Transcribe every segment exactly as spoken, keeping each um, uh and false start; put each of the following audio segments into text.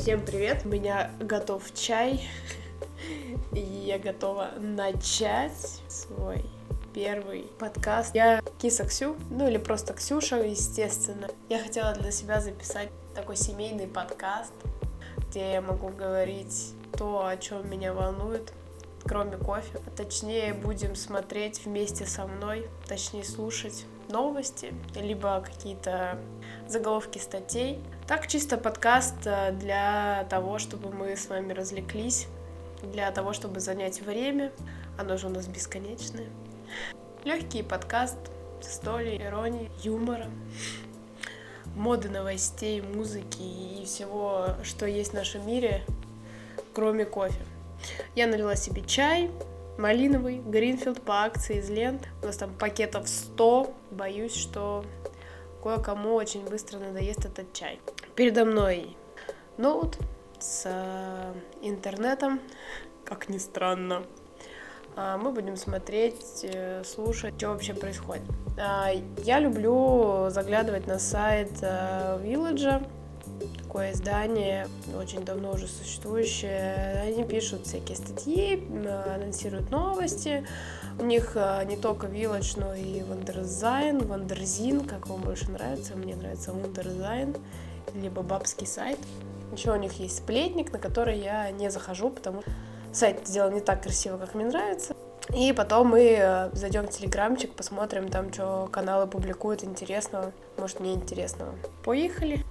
Всем привет, у меня готов чай, и я готова начать свой первый подкаст. Я Киса Ксю, ну или просто Ксюша, естественно. Я хотела для себя записать такой семейный подкаст, где я могу говорить то, о чем меня волнует, кроме кофе. А точнее, будем смотреть вместе со мной, точнее слушать новости, либо какие-то заголовки статей. Так, чисто подкаст для того, чтобы мы с вами развлеклись, для того, чтобы занять время. Оно же у нас бесконечное. Легкий подкаст с долей иронии, юмора, моды, новостей, музыки и всего, что есть в нашем мире, кроме кофе. Я налила себе чай малиновый, Гринфилд по акции из лент. У нас там пакетов сто. Боюсь, что кое-кому очень быстро надоест этот чай. Передо мной ноут с интернетом, как ни странно. Мы будем смотреть, слушать, что вообще происходит. Я люблю заглядывать на сайт Village. Такое издание, очень давно уже существующее. Они пишут всякие статьи, анонсируют новости. У них не только Village, но и Wonderzine, Wonderzine, как вам больше нравится. Мне нравится Wonderzine, либо бабский сайт. Еще у них есть сплетник, на который я не захожу, потому что сайт сделан не так красиво, как мне нравится. И потом мы зайдем в телеграмчик, посмотрим там, что каналы публикуют интересного, может, неинтересного. Поехали!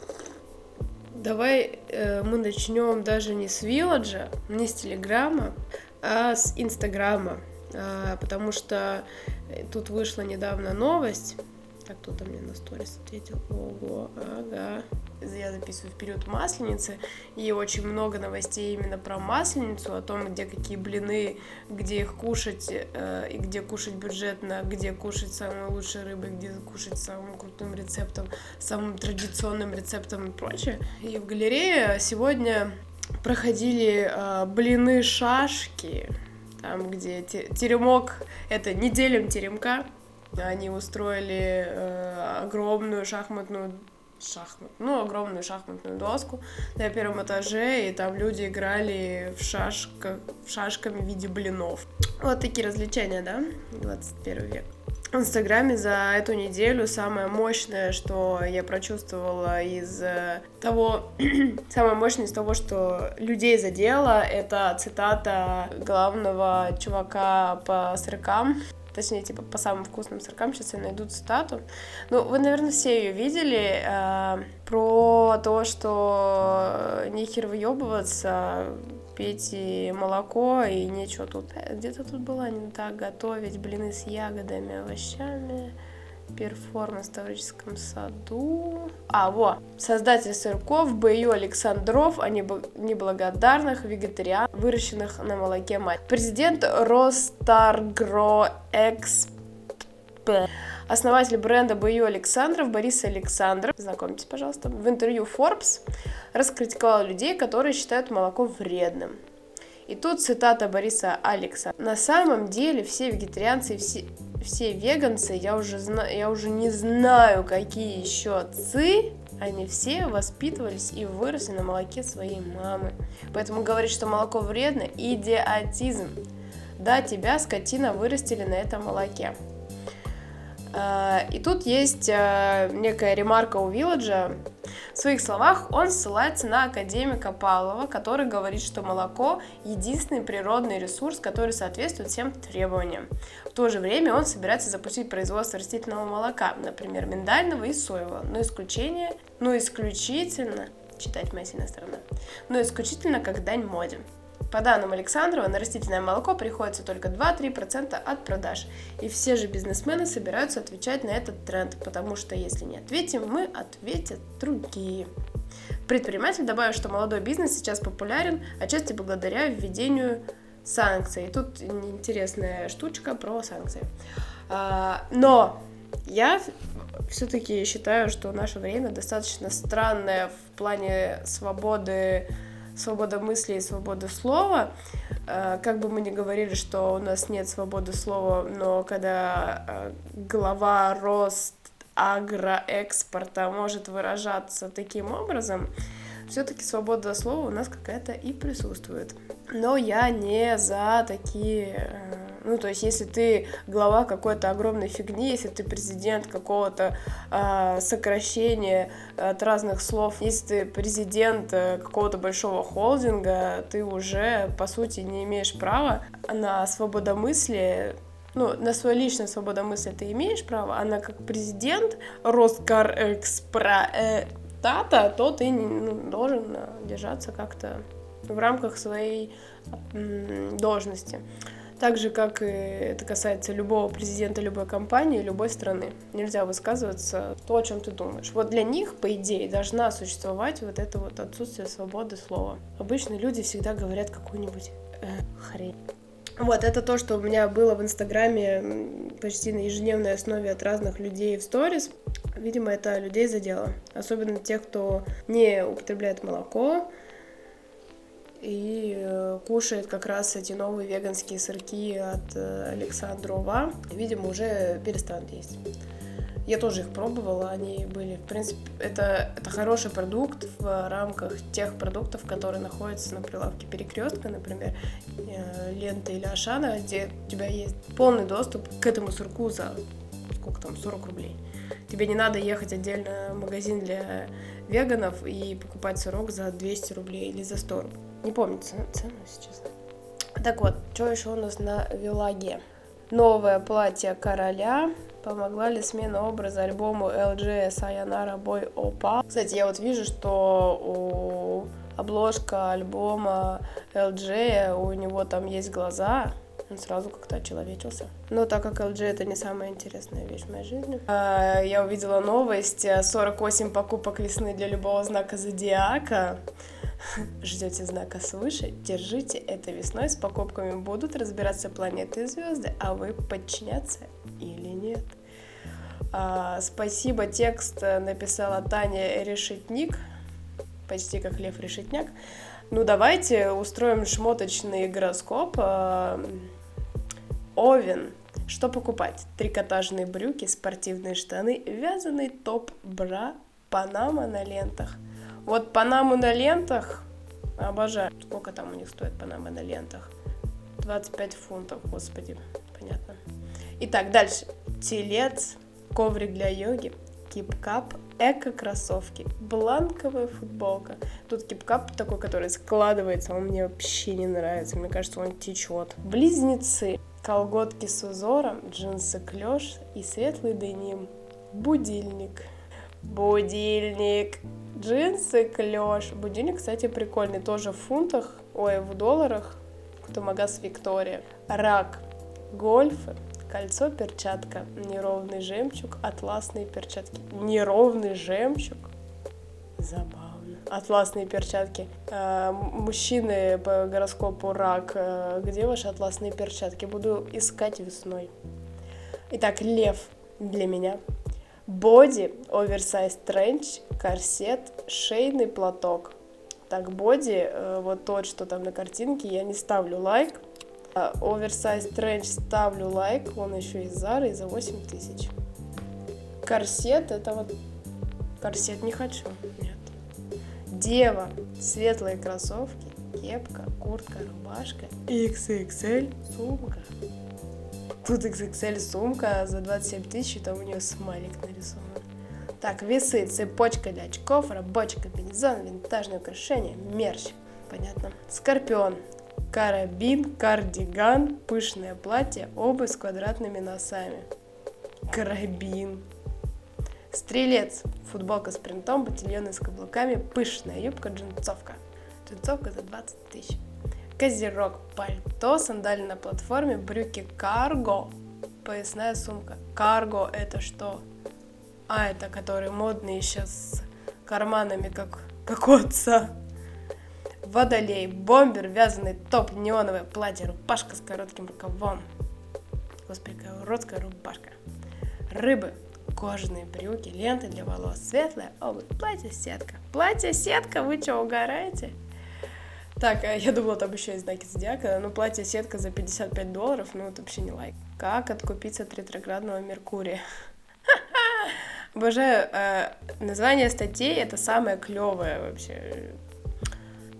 Давай э, мы начнем даже не с Вилладжа, не с Телеграма, а с Инстаграма, а, потому что тут вышла недавно новость. Так, кто-то мне на сторис ответил. Ого, ага. Я записываю в период Масленицы, и очень много новостей именно про Масленицу, о том, где какие блины, где их кушать, э, и где кушать бюджетно, где кушать самой лучшей рыбой, где кушать самым крутым рецептом, самым традиционным рецептом и прочее. И в галерее сегодня проходили э, блины-шашки, там, где те- теремок, это неделям теремка. Они устроили э, огромную шахматную шахмат, ну, огромную шахматную доску на первом этаже, и там люди играли в шашках, в шашками в виде блинов. Вот такие развлечения, да, двадцать первый век. В Инстаграме за эту неделю самое мощное, что я прочувствовала из того, самое мощное из того, что людей задело, это цитата главного чувака по сыркам. Точнее, типа, по самым вкусным сыркам. Сейчас я найду цитату. Ну, вы, наверное, все ее видели. Э, про то, что нехер выебываться, пейте молоко и нечего тут. Где-то тут была не так готовить блины с ягодами, овощами. Перформанс в Таврическом саду. А, вот. Создатель сырков Б Ю Александров о неблагодарных вегетарианцах, выращенных на молоке мать. Президент Ростаргроэксп. Основатель бренда Б Ю Александров Борис Александров, знакомьтесь, пожалуйста, в интервью Forbes раскритиковал людей, которые считают молоко вредным. И тут цитата Бориса Александрова. На самом деле все вегетарианцы и все, все веганцы, я уже, зна, я уже не знаю, какие еще отцы, они все воспитывались и выросли на молоке своей мамы. Поэтому говорить, что молоко вредно, идиотизм. Да, тебя, скотина, вырастили на этом молоке. И тут есть некая ремарка у Вилладжа. В своих словах он ссылается на академика Павлова, который говорит, что молоко – единственный природный ресурс, который соответствует всем требованиям. В то же время он собирается запустить производство растительного молока, например, миндального и соевого, но исключение, но исключительно, читать моя сильная сторона, но исключительно как дань моде. По данным Александрова, на растительное молоко приходится только два-три процента от продаж. И все же бизнесмены собираются отвечать на этот тренд, потому что если не ответим, мы ответят другие. Предприниматель добавил, что молодой бизнес сейчас популярен, отчасти благодаря введению санкций. И тут интересная штучка про санкции. Но я все-таки считаю, что наше время достаточно странное в плане свободы, свобода мысли и свобода слова. Как бы мы ни говорили, что у нас нет свободы слова, но когда глава Ростагроэкспорта может выражаться таким образом, все-таки свобода слова у нас какая-то и присутствует. Но я не за такие... Ну, то есть, если ты глава какой-то огромной фигни, если ты президент какого-то э, сокращения от разных слов, если ты президент э, какого-то большого холдинга, ты уже, по сути, не имеешь права на свободомыслие. Ну, на свое личное свободомыслие ты имеешь право, а на как президент Роскарэкспресс-Тата, то ты ну, должен держаться как-то в рамках своей м, должности. Так же, как и это касается любого президента любой компании, любой страны. Нельзя высказываться то, о чем ты думаешь. Вот для них, по идее, должна существовать вот это вот отсутствие свободы слова. Обычно люди всегда говорят какую-нибудь э, хрень. Вот, это то, что у меня было в Инстаграме почти на ежедневной основе от разных людей в сторис. Видимо, это людей задело. Особенно тех, кто не употребляет молоко и кушает как раз эти новые веганские сырки от Александрова. Видимо, уже перестанут есть. Я тоже их пробовала, они были, в принципе, это, это хороший продукт в рамках тех продуктов, которые находятся на прилавке Перекрестка, например, Лента или Ашана, где у тебя есть полный доступ к этому сырку за, сколько там, сорок рублей. Тебе не надо ехать отдельно в магазин для веганов и покупать сырок за двести рублей или за сто рублей. Не помню цену, цену сейчас. Так вот, что еще у нас на Вилаге? Новое платье короля. Помогла ли смена образа альбому эл джей Sayonara Boy Opa? Кстати, я вот вижу, что у обложка альбома эл джей, у него там есть глаза. Он сразу как-то очеловечился. Но так как эл джей это не самая интересная вещь в моей жизни. Я увидела новость. сорок восемь покупок весны для любого знака зодиака. Ждете знака свыше? Держите, это весной с покупками будут разбираться планеты и звезды, а вы подчиняться или нет? А, спасибо, текст написала Таня Решетник, почти как Лев Решетняк. Ну давайте устроим шмоточный гороскоп. А, Овен. Что покупать? Трикотажные брюки, спортивные штаны, вязаный топ, бра, панама на лентах. Вот панаму на лентах обожаю. Сколько там у них стоит панама на лентах? двадцать пять фунтов, господи, понятно. Итак, дальше. Телец, коврик для йоги, кип-кап, эко-кроссовки, бланковая футболка. Тут кип-кап такой, который складывается, он мне вообще не нравится. Мне кажется, он течет. Близнецы, колготки с узором, джинсы клеш и светлый деним. Будильник. Будильник. Джинсы клеш. Будильник, кстати, прикольный. Тоже в фунтах, ой, в долларах. Какой-то магаз Виктория. Рак. Гольфы. Кольцо, перчатка. Неровный жемчуг. Атласные перчатки. Неровный жемчуг. Забавно. Атласные перчатки. А, мужчины по гороскопу рак. А, где ваши атласные перчатки? Буду искать весной. Итак, лев для меня. Боди, оверсайз тренч, корсет, шейный платок. Так, боди, вот тот, что там на картинке, я не ставлю лайк. Оверсайз тренч ставлю лайк, он еще из Зары, и за восемь тысяч. Корсет, это вот... Корсет не хочу, нет. Дева, светлые кроссовки, кепка, куртка, рубашка, икс икс эль сумка. Тут икс икс эль сумка за двадцать семь тысяч, там у нее смайлик нарисован. Так, весы, цепочка для очков, рабочий комбинезон, винтажное украшение, мерч. Понятно. Скорпион, карабин, кардиган, пышное платье, обувь с квадратными носами. Карабин. Стрелец, футболка с принтом, ботильоны с каблуками, пышная юбка, джинсовка. Джинсовка за двадцать тысяч. Козерог, пальто, сандали на платформе, брюки карго, поясная сумка. Карго это что? А, это которые модные сейчас с карманами, как, как у отца. Водолей, бомбер, вязаный топ, неоновое платье, рубашка с коротким рукавом. Господи, какая уродская рубашка. Рыбы, кожаные брюки, ленты для волос, светлая обувь, платье-сетка. Платье-сетка, вы что, угораете? Так, я думала, там еще есть знаки зодиака, но платье-сетка за пятьдесят пять долларов, ну это вообще не лайк. Как откупиться от ретроградного Меркурия? Обожаю, э, название статей это самое клевое вообще.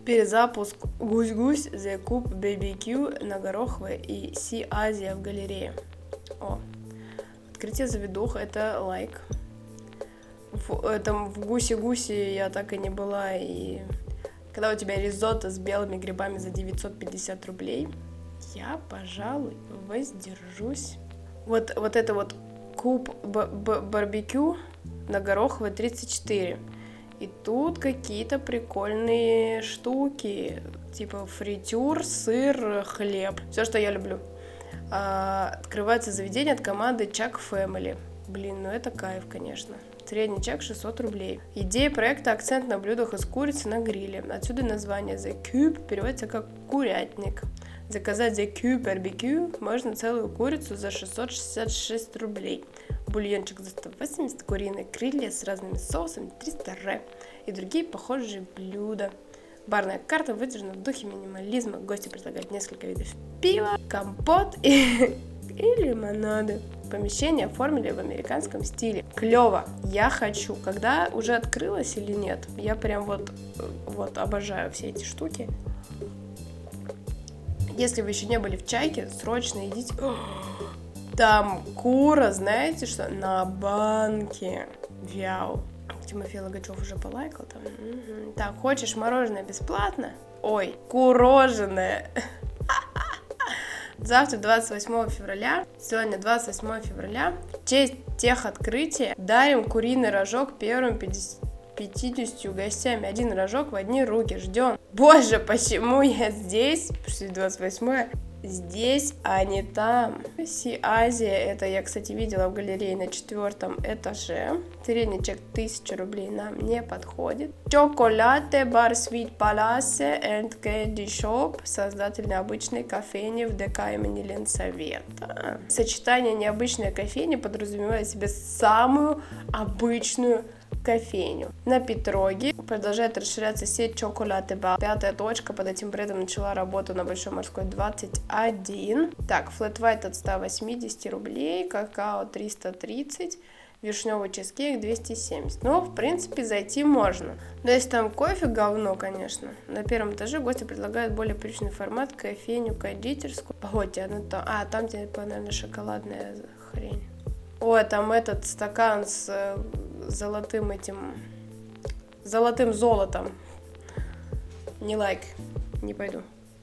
Перезапуск Гусь-Гусь, The Coop, би би кью на Гороховой и Sea Asia в галерее. О, открытие заведух, это лайк. В, этом, в Гуси-Гуси я так и не была, и когда у тебя ризотто с белыми грибами за девятьсот пятьдесят рублей, я, пожалуй, воздержусь. Вот, вот это вот Куб барбекю на Гороховой тридцать четыре. И тут какие-то прикольные штуки, типа фритюр, сыр, хлеб. Все, что я люблю. А, открывается заведение от команды Chuck Family. Блин, ну это кайф, конечно. Средний чек шестьсот рублей. Идея проекта — акцент на блюдах из курицы на гриле. Отсюда название The Cube переводится как «курятник». Заказать The Cube Barbecue можно целую курицу за шестьсот шестьдесят шесть рублей. Бульончик за сто восемьдесят, куриные крылья с разными соусами триста ре и другие похожие блюда. Барная карта выдержана в духе минимализма. Гости предлагают несколько видов пива, компот и, и лимонады. Помещение оформили в американском стиле. Клево. Я хочу. Когда уже открылось или нет? Я прям вот, вот обожаю все эти штуки. Если вы еще не были в Чайке, срочно идите. Там кура, знаете что? На банке. Вяу. Тимофей Логачев уже полайкал там. Угу. Так, хочешь мороженое бесплатно? Ой, куроженое. Завтра, двадцать восьмого февраля, сегодня двадцать восьмого февраля, в честь техоткрытия дарим куриный рожок первым пятьюдесятью гостями. Один рожок в одни руки. Ждем. Боже, почему я здесь? Почти двадцать восьмое. Здесь, а не там. Sea Asia, это я, кстати, видела в галерее на четвертом этаже. Средний чек тысяча рублей нам не подходит. Chocolate Bar Sweet Palace and Candy Shop, создатель необычной кофейни в ДК имени Ленсовета. Сочетание необычной кофейни подразумевает в себе самую обычную кофейню. На Петроге продолжает расширяться сеть Chocolate Bar. Пятая точка под этим брендом начала работу на Большой Морской двадцать один. Так, Flat White от ста восьмидесяти рублей, какао триста тридцать, вишневый чизкейк двести семьдесят. Ну, в принципе, зайти можно. Но если там кофе говно, конечно. На первом этаже гости предлагают более приличный формат, кофейню, кондитерскую. Погодьте, она там... А, там, типа, наверное, шоколадная хрень. Ой, там этот стакан с золотым этим... Золотым золотом. Не лайк. Не пойду.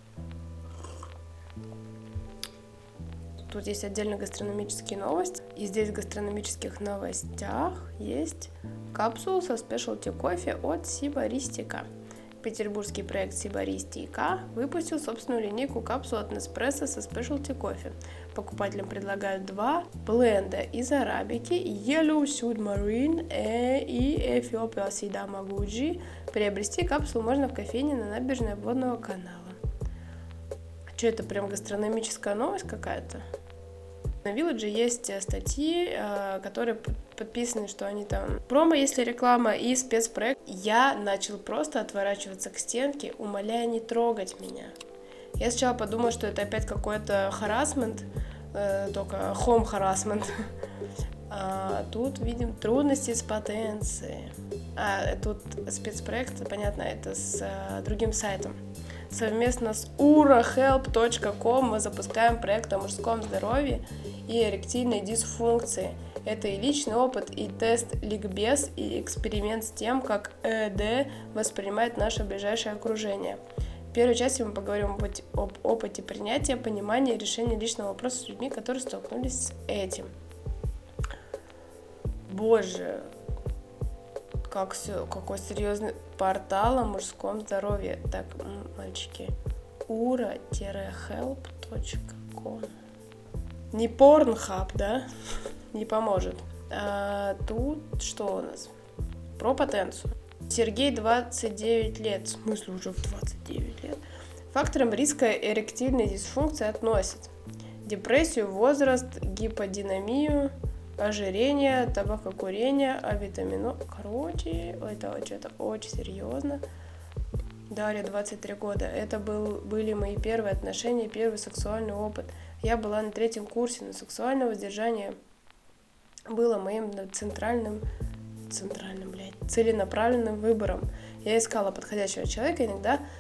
Тут есть отдельно гастрономические новости. И здесь в гастрономических новостях есть капсула со спешлти кофе от Сибаристика. Петербургский проект Сибаристика выпустил собственную линейку капсул от Неспрессо со спешлти кофе. Покупателям предлагают два бленда из арабики Yellow Submarine и Эфиопия Сидама Гуджи. Приобрести капсулу можно в кофейне на набережной Обводного канала. А что это, прям гастрономическая новость какая-то? На Village есть статьи, которые подписаны, что они там промо, если реклама, и спецпроект. Я начал просто отворачиваться к стенке, умоляя не трогать меня. Я сначала подумала, что это опять какой-то харассмент, только home harassment. А тут видим трудности с потенцией. А тут спецпроект, понятно, это с другим сайтом. Совместно с ура хелп точка ком мы запускаем проект о мужском здоровье и эректильной дисфункции. Это и личный опыт, и тест ликбез, и эксперимент с тем, как ЭЭД воспринимает наше ближайшее окружение. В первой части мы поговорим об, об опыте принятия, понимания и решения личного вопроса с людьми, которые столкнулись с этим. Боже, как все, какой серьезный портал о мужском здоровье. Так, мальчики, ура хелп точка ком. Не Pornhub, да? Не поможет. А тут что у нас? Про потенцию. Сергей, двадцать девять лет. В смысле уже в двадцать девять лет? Фактором риска эректильной дисфункции относят депрессию, возраст, гиподинамию, ожирение, табакокурение, авитамино. Короче, это что-то очень серьезно. Дарья, двадцать три года. Это был, были мои первые отношения, первый сексуальный опыт. Я была на третьем курсе, но сексуальное воздержание было моим центральным, центральным, блядь, целенаправленным выбором. Я искала подходящего человека, иногда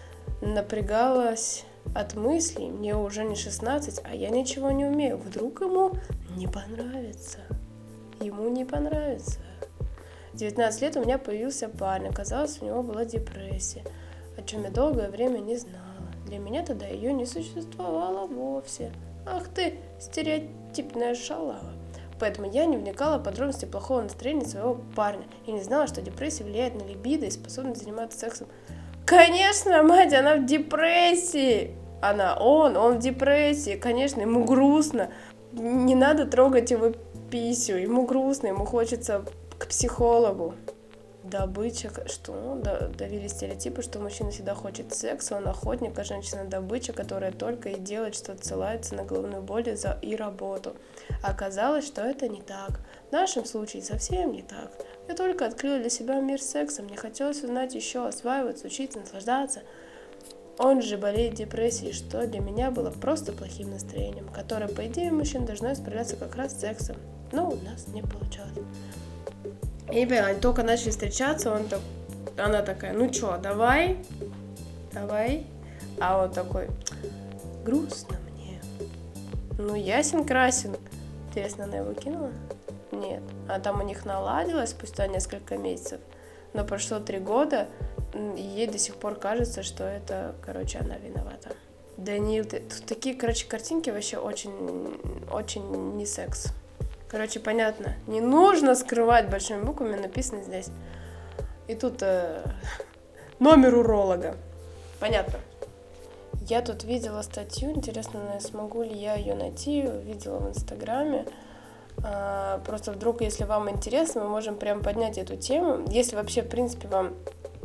напрягалась от мыслей, мне уже не шестнадцать, а я ничего не умею. Вдруг ему не понравится. Ему не понравится. В девятнадцать лет у меня появился парень, оказалось, у него была депрессия, о чем я долгое время не знала. Для меня тогда ее не существовало вовсе. Ах ты, стереотипная шалава. Поэтому я не вникала в подробности плохого настроения своего парня и не знала, что депрессия влияет на либидо и способность заниматься сексом. Конечно, мать, она в депрессии. Она, он, он в депрессии. Конечно, ему грустно. Не надо трогать его писю. Ему грустно, ему хочется к психологу. Добыча, что? Давили стереотипы, что мужчина всегда хочет секса, он охотник, а женщина добыча, которая только и делает, что отсылается на головную боль за и работу. Оказалось, что это не так. В нашем случае совсем не так. Я только открыла для себя мир секса, мне хотелось узнать еще, осваиваться, учиться, наслаждаться. Он же болеет депрессией, что для меня было просто плохим настроением, которое, по идее, мужчина должно исправляться как раз сексом. Но у нас не получалось. И, блин, они только начали встречаться, он так, она такая, ну чё, давай, давай. А он такой, грустно мне. Ну, ясен красен. Интересно, она его кинула? Нет. А там у них наладилось спустя несколько месяцев. Но прошло три года, и ей до сих пор кажется, что это, короче, она виновата. Даниил, ты... тут такие, короче, картинки вообще очень, очень не секс. Короче, понятно, не нужно скрывать большими буквами, написано здесь. И тут э, номер уролога. Понятно. Я тут видела статью, интересно, смогу ли я ее найти, видела в Инстаграме. А, просто вдруг, если вам интересно, мы можем прям поднять эту тему. Если вообще, в принципе, вам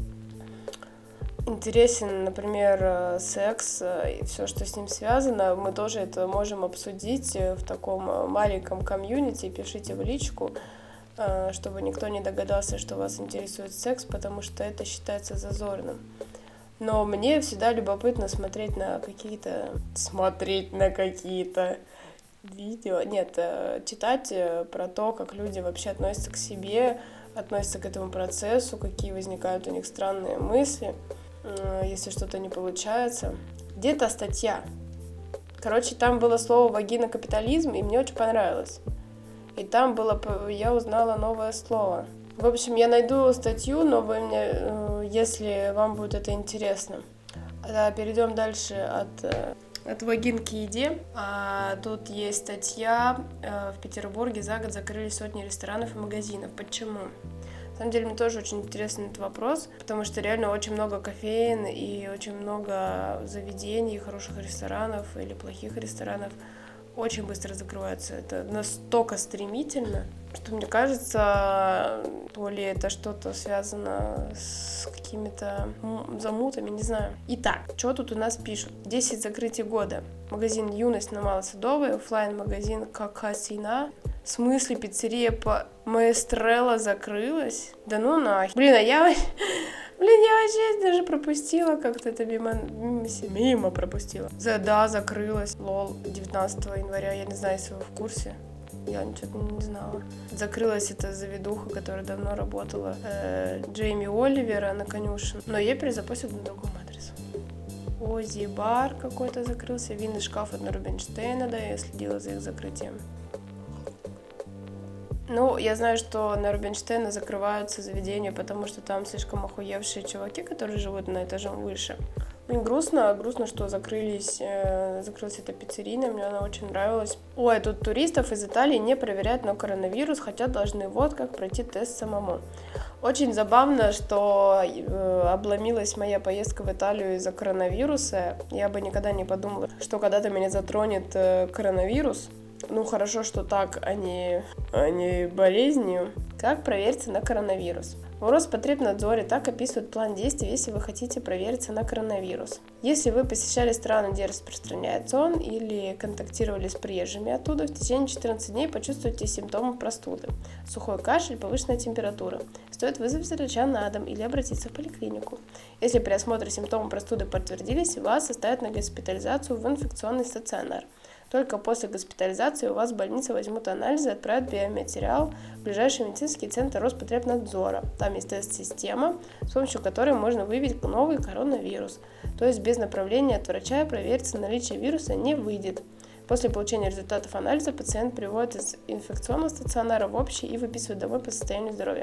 интересен, например, секс и все, что с ним связано, мы тоже это можем обсудить в таком маленьком комьюнити. Пишите в личку, чтобы никто не догадался, что вас интересует секс, потому что это считается зазорным. Но мне всегда любопытно смотреть на какие-то... Смотреть на какие-то видео. Нет, читать про то, как люди вообще относятся к себе, относятся к этому процессу, какие возникают у них странные мысли, если что-то не получается. Где-то статья. Короче, там было слово «вагинокапитализм», и мне очень понравилось. И там было, я узнала новое слово. В общем, я найду статью, но вы мне, если вам будет это интересно. Да, перейдем дальше от, от вагин к еде. А, тут есть статья. В Петербурге за год закрылись сотни ресторанов и магазинов. Почему? На самом деле, мне тоже очень интересен этот вопрос, потому что реально очень много кофеин и очень много заведений, хороших ресторанов или плохих ресторанов очень быстро закрываются. Это настолько стремительно, что, мне кажется, то ли это что-то связано с какими-то замутами, не знаю. Итак, что тут у нас пишут? десять закрытий года. Магазин «Юность» на Малосадовой, офлайн-магазин «Какасина». В смысле, пиццерия по Маэстрелла закрылась? Да ну нахер. Блин, а я... Блин, я вообще даже пропустила как-то это мимо... Мимо пропустила. Да, закрылась. Лол, девятнадцатого января. Я не знаю, если вы в курсе. Я ничего не знала. Закрылась эта заведуха, которая давно работала. Э, Джейми Оливера на Конюшен. Но ей перезапустят на другом адресу. Ози бар какой-то закрылся. Винный шкаф от Рубинштейна, да, я следила за их закрытием. Ну, я знаю, что на Рубинштейна закрываются заведения, потому что там слишком охуевшие чуваки, которые живут на этажом выше. Мне грустно, грустно, что закрылись, э, закрылась эта пиццерия, мне она очень нравилась. Ой, тут туристов из Италии не проверяют на коронавирус, хотя должны вот как пройти тест самому. Очень забавно, что э, обломилась моя поездка в Италию из-за коронавируса. Я бы никогда не подумала, что когда-то меня затронет э, коронавирус. Ну, хорошо, что так, а не, а не болезнью. Как провериться на коронавирус? В Роспотребнадзоре так описывают план действий, если вы хотите провериться на коронавирус. Если вы посещали страны, где распространяется он, или контактировали с приезжими оттуда, в течение четырнадцати дней почувствуйте симптомы простуды. Сухой кашель, повышенная температура. Стоит вызвать врача на дом или обратиться в поликлинику. Если при осмотре симптомы простуды подтвердились, вас оставят на госпитализацию в инфекционный стационар. Только после госпитализации у вас в больнице возьмут анализы и отправят биоматериал в ближайший медицинский центр Роспотребнадзора. Там есть тест-система, с помощью которой можно выявить новый коронавирус. То есть без направления от врача провериться наличие вируса не выйдет. После получения результатов анализа пациент приводит из инфекционного стационара в общий и выписывает домой по состоянию здоровья.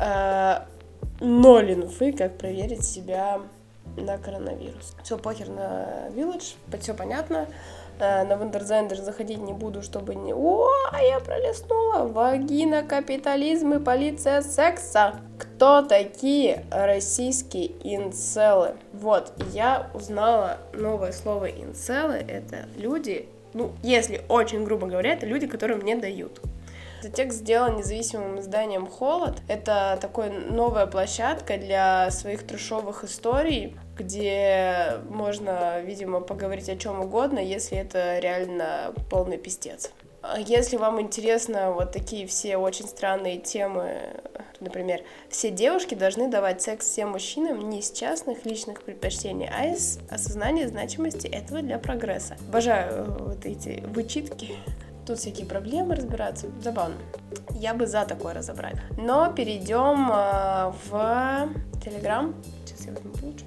Ноль инфы, как проверить себя на коронавирус. Все, похер на Village, все понятно. На Вандерзайн даже заходить не буду, чтобы не... О, я пролистнула! Вагина, капитализм и полиция секса. Кто такие российские инцелы? Вот, я узнала новое слово инцелы. Это люди... Ну, если очень грубо говоря, это люди, которые мне дают. Этот текст сделан независимым изданием «Холод». Это такая новая площадка для своих трэшовых историй, где можно, видимо, поговорить о чем угодно, если это реально полный пиздец. Если вам интересно вот такие все очень странные темы, например, все девушки должны давать секс всем мужчинам не из частных личных предпочтений, а из осознания значимости этого для прогресса. Обожаю вот эти вычитки. Тут всякие проблемы разбираться. Забавно. Я бы за такое разобрать. Но перейдем э, в Телеграм. Сейчас я возьму лучше.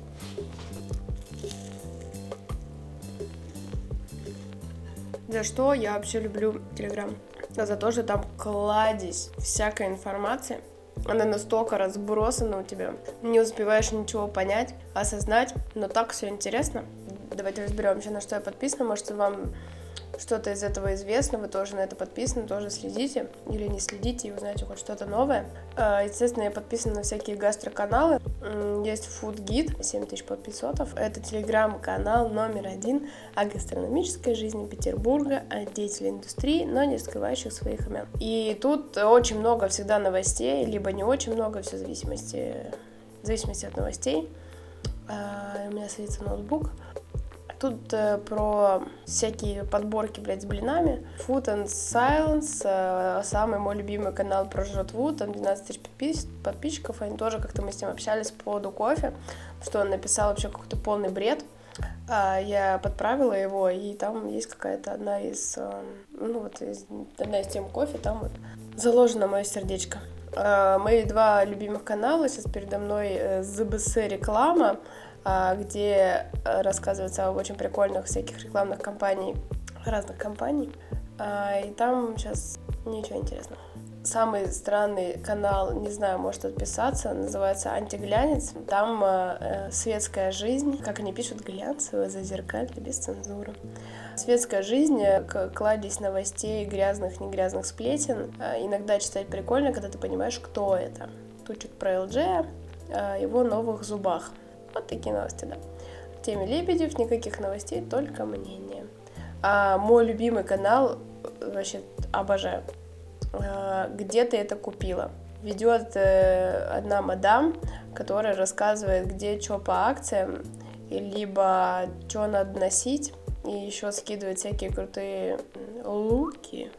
За что я вообще люблю Телеграм? За то, что там кладезь всякой информации. Она настолько разбросана у тебя. Не успеваешь ничего понять, осознать. Но так все интересно. Давайте разберемся, на что я подписана. Может, вам что-то из этого известно, вы тоже на это подписаны, тоже следите или не следите и узнаете хоть что-то новое. Естественно, я подписана на всякие гастроканалы. Есть Food Guide, семь тысяч подписчиков. Это телеграм-канал номер один о гастрономической жизни Петербурга, о деятелях индустрии, но не раскрывающих своих имен. И тут очень много всегда новостей, либо не очень много, все в зависимости, в зависимости от новостей. У меня садится ноутбук. Тут э, про всякие подборки, блядь, с блинами. Food and Silence, э, самый мой любимый канал про жратву, там двенадцать тысяч подпис- подписчиков, они тоже как-то мы с ним общались по поводу кофе, что он написал вообще какой-то полный бред. А я подправила его, и там есть какая-то одна из, э, ну вот, из, одна из тем кофе, там вот заложено мое сердечко. Э, мои два любимых канала, сейчас передо мной э, ЗБС реклама, где рассказывается об очень прикольных всяких рекламных кампаний, разных компаний, и там сейчас ничего интересного. Самый странный канал, не знаю, может отписаться, называется «Антиглянец». Там э, светская жизнь, как они пишут, глянцевая, зазеркалье, без цензуры. Светская жизнь, кладезь новостей, грязных, не грязных сплетен. Иногда читать прикольно, когда ты понимаешь, кто это. Тут что-то про эл джей, о его новых зубах. Вот такие новости, да. В теме Лебедев никаких новостей, только мнение. А мой любимый канал, вообще обожаю. А, где ты это купила? Ведет э, одна мадам, которая рассказывает, где что по акциям, либо что надо носить, и еще скидывает всякие крутые луки.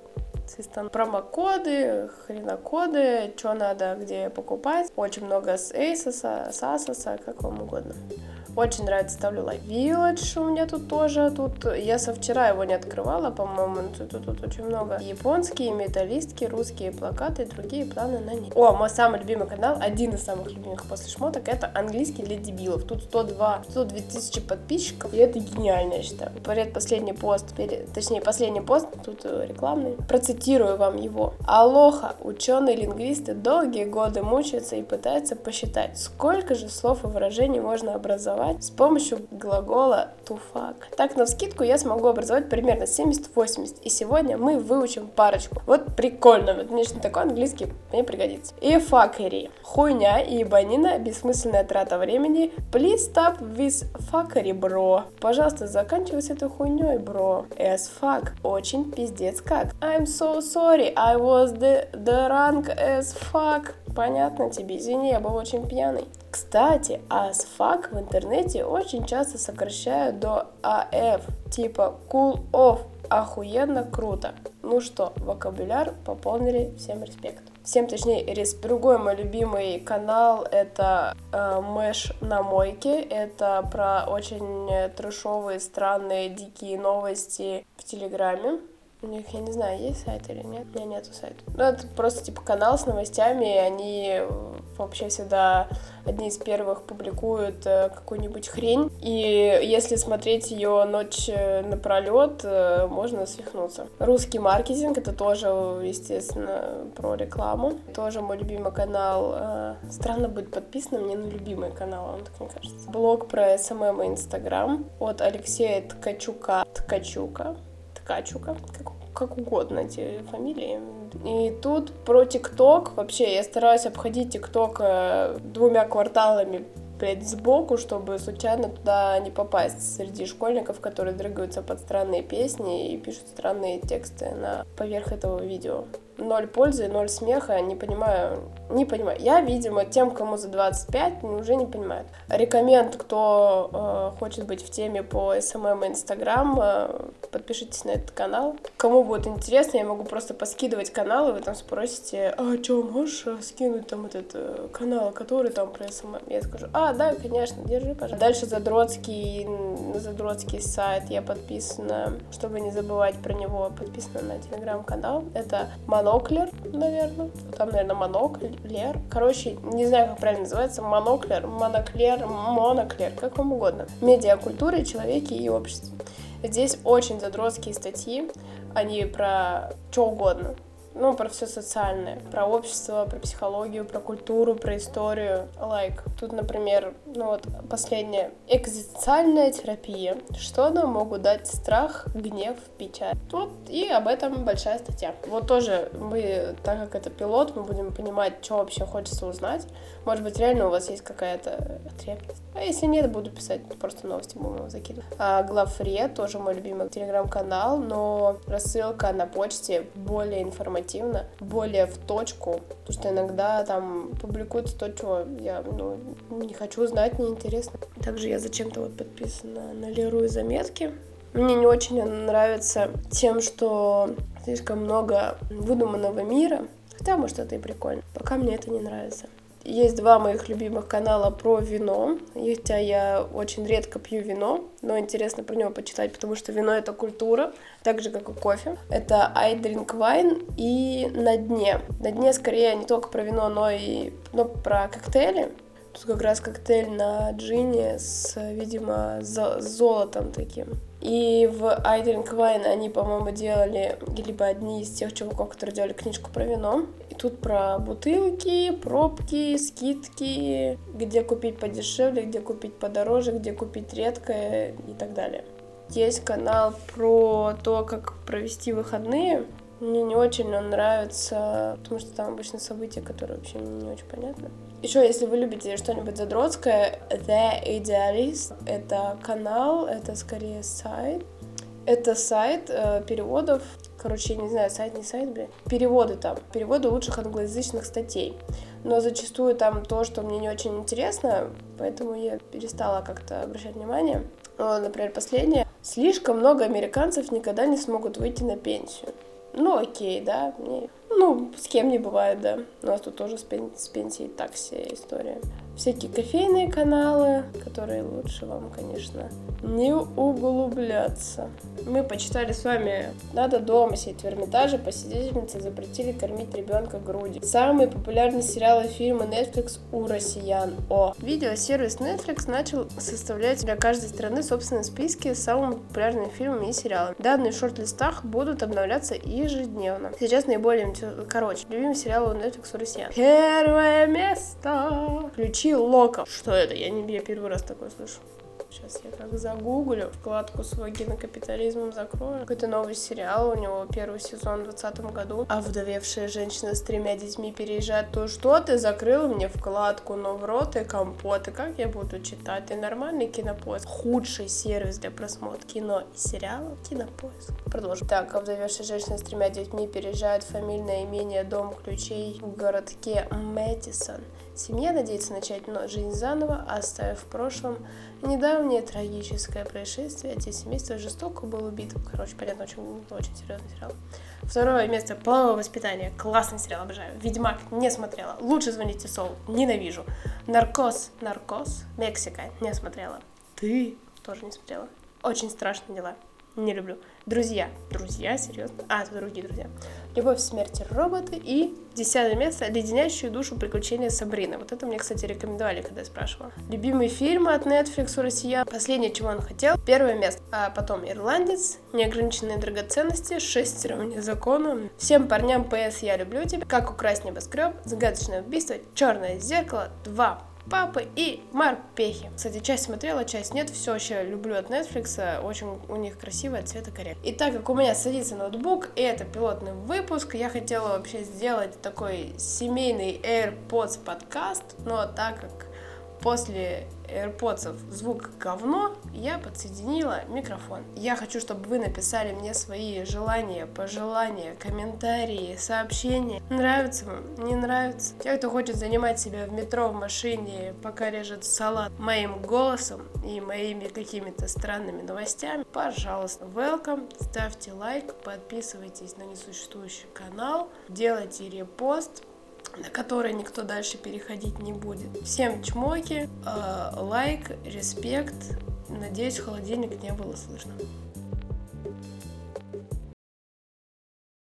Промокоды, хренокоды, что надо, где покупать. Очень много с Asos, с Asos, как вам угодно. Очень нравится, ставлю лайк. Village у меня тут тоже. Тут я со вчера его не открывала, по-моему. Тут, тут, тут очень много. Японские, металлистки, русские плакаты и другие планы на них. О, мой самый любимый канал, один из самых любимых после шмоток, это английский для дебилов. Тут сто два, сто две тысячи подписчиков, и это гениально, я считаю. Последний пост, точнее, последний пост, тут рекламный. Процитирую вам его. Алоха, ученые-лингвисты долгие годы мучаются и пытаются посчитать, сколько же слов и выражений можно образовать с помощью глагола to fuck. Так, навскидку я смогу образовать примерно семьдесят-восемьдесят, и сегодня мы выучим парочку. Вот прикольно, вот мне же такой английский, мне пригодится. И fuckery. Хуйня и ебанина, бессмысленная трата времени. Please stop with fuckery, bro. Пожалуйста, заканчивай с этой хуйней, бро. As fuck. Очень пиздец как. I'm so sorry, I was the, the drunk as fuck. Понятно тебе, извини, я был очень пьяный. Кстати, as fuck в интернете очень часто сокращают до эй эф, типа cool off, охуенно круто. Ну что, вокабуляр пополнили, всем респект. Всем точнее, рес... другой мой любимый канал — это э, Мэш на мойке. Это про очень трэшовые, странные, дикие новости в Телеграме. У них, я не знаю, есть сайт или нет. У меня нету сайта. Ну, это просто, типа, канал с новостями, и они вообще всегда одни из первых публикуют э, какую-нибудь хрень. И если смотреть ее ночь напролет, э, можно свихнуться. Русский маркетинг — это тоже, естественно, про рекламу. Тоже мой любимый канал. Э, странно быть подписанным мне на любимый канал, вам так не кажется. Блог про эс эм эм и Инстаграм от Алексея Ткачука. Ткачука. Ткачука, как, как угодно эти фамилии. И тут про ТикТок. Вообще, я стараюсь обходить ТикТок двумя кварталами, блядь, сбоку, чтобы случайно туда не попасть среди школьников, которые дрыгаются под странные песни и пишут странные тексты на поверх этого видео. Ноль пользы, ноль смеха, не понимаю, не понимаю. Я, видимо, тем, кому за двадцать пять, уже не понимают. Рекоменд, кто э, хочет быть в теме по эс эм эм и Инстаграм, э, подпишитесь на этот канал. Кому будет интересно, я могу просто поскидывать каналы, вы там спросите, а что, можешь скинуть там этот э, канал, который там про эс эм эм? Я скажу, а, да, конечно, держи, пожалуйста. Дальше Задротский, на Задротский сайт я подписана, чтобы не забывать про него, подписана на Телеграм-канал. Это Моноклер, наверное. Там, наверное, Моноклер. Короче, не знаю, как правильно называется. Моноклер, Моноклер, Моноклер, как вам угодно. Медиакультура, человеки и общество. Здесь очень задротские статьи. Они про что угодно. Ну, про все социальное. Про общество, про психологию, про культуру, про историю. Лайк. Like. Тут, например, ну вот последняя. Экзистенциальная терапия. Что нам могут дать страх, гнев, печаль. Тут и об этом большая статья. Вот тоже мы, так как это пилот, мы будем понимать, что вообще хочется узнать. Может быть, реально у вас есть какая-то потребность. А если нет, буду писать просто новости, будем его закидывать. А Главред, тоже мой любимый телеграм-канал, но рассылка на почте более информативная, более в точку, потому что иногда там публикуется то, чего я ну, не хочу знать, неинтересно. Также я зачем-то вот подписана на Леру и заметки. Мне не очень она нравится тем, что слишком много выдуманного мира, хотя, может, это и прикольно. Пока мне это не нравится. Есть два моих любимых канала про вино, хотя я очень редко пью вино, но интересно про него почитать, потому что вино — это культура, так же, как и кофе. Это I Drink Wine и На дне. На дне скорее не только про вино, но и но про коктейли. Тут как раз коктейль на джине с, видимо, с золотом таким. И в I Drink Wine они, по-моему, делали либо одни из тех чуваков, которые делали книжку про вино. И тут про бутылки, пробки, скидки, где купить подешевле, где купить подороже, где купить редкое и так далее. Есть канал про то, как провести выходные. Мне не очень он нравится, потому что там обычно события, которые вообще не очень понятны. Еще, если вы любите что-нибудь задротское, The Idealist — это канал, это скорее сайт. Это сайт э, переводов, короче, я не знаю, сайт, не сайт, блин. Переводы там, переводы лучших англоязычных статей. Но зачастую там то, что мне не очень интересно, поэтому я перестала как-то обращать внимание. Вот, например, последнее. Слишком много американцев никогда не смогут выйти на пенсию. Ну, окей, да, мне... ну, с кем не бывает, да. У нас тут тоже с, пен... с пенсией так себе история. Всякие кофейные каналы, которые лучше вам, конечно, не углубляться. Мы почитали с вами «Надо дома сидеть в Эрмитаже, посетительницы запретили кормить ребенка грудью». Самые популярные сериалы и фильмы Netflix у россиян. О! Видеосервис Netflix начал составлять для каждой страны собственные списки с самыми популярными фильмами и сериалами. Данные в шорт-листах будут обновляться ежедневно. Сейчас наиболее... Короче, любимый сериал у Netflix у россиян. Первое место! Включи Лока. Что это? Я не я первый раз такое слышу. Сейчас я как загуглю, вкладку свой генокапитализмом закрою. Какой-то новый сериал, у него первый сезон в двадцатом году. А вдовевшая женщина с тремя детьми переезжает. То что ты закрыл мне вкладку, но в рот и компот. И как я буду читать? И нормальный Кинопоиск. Худший сервис для просмотра кино и сериалов — Кинопоиск. Продолжим. Так, а вдовевшая женщина с тремя детьми переезжает в фамильное имение Дом ключей в городке Мэдисон. Семья надеется начать жизнь заново, оставив в прошлом недавнее трагическое происшествие. Отец семейства жестоко был убит. Короче, понятно, очень, очень серьезный сериал. Второе место — «Половое воспитание». Классный сериал, обожаю. «Ведьмак» не смотрела. «Лучше звоните Солу». Ненавижу. «Наркоз». Наркоз. Мексика. Не смотрела. «Ты» тоже не смотрела. «Очень страшные дела». Не люблю. «Друзья». Друзья, серьезно? А, это другие друзья. «Любовь, смерть и роботы». И десятое место — «Леденящие душу приключения Сабрины». Вот это мне, кстати, рекомендовали, когда я спрашивала. Любимый фильм от Netflix у россиян. Последнее, чего он хотел. Первое место. А потом «Ирландец», «Неограниченные драгоценности», «Шестеро вне закона», «Всем парням ПС я люблю тебя», «Как украсть небоскреб», «Загадочное убийство», «Черное зеркало», «Два папы» и «Морпехи». Кстати, часть смотрела, часть нет. Все вообще люблю от Netflix. Очень у них красивая цветокоррекция. И так как у меня садится ноутбук, и это пилотный выпуск, я хотела вообще сделать такой семейный AirPods подкаст, но так как после AirPods звук говно, я подсоединила микрофон. Я хочу, чтобы вы написали мне свои желания, пожелания, комментарии, сообщения. Нравится вам? Не нравится? Те, кто хочет занимать себя в метро, в машине, пока режет салат моим голосом и моими какими-то странными новостями, пожалуйста, welcome, ставьте лайк, подписывайтесь на несуществующий канал, делайте репост, на который никто дальше переходить не будет. Всем чмоки, э, лайк, респект. Надеюсь, холодильник не было слышно.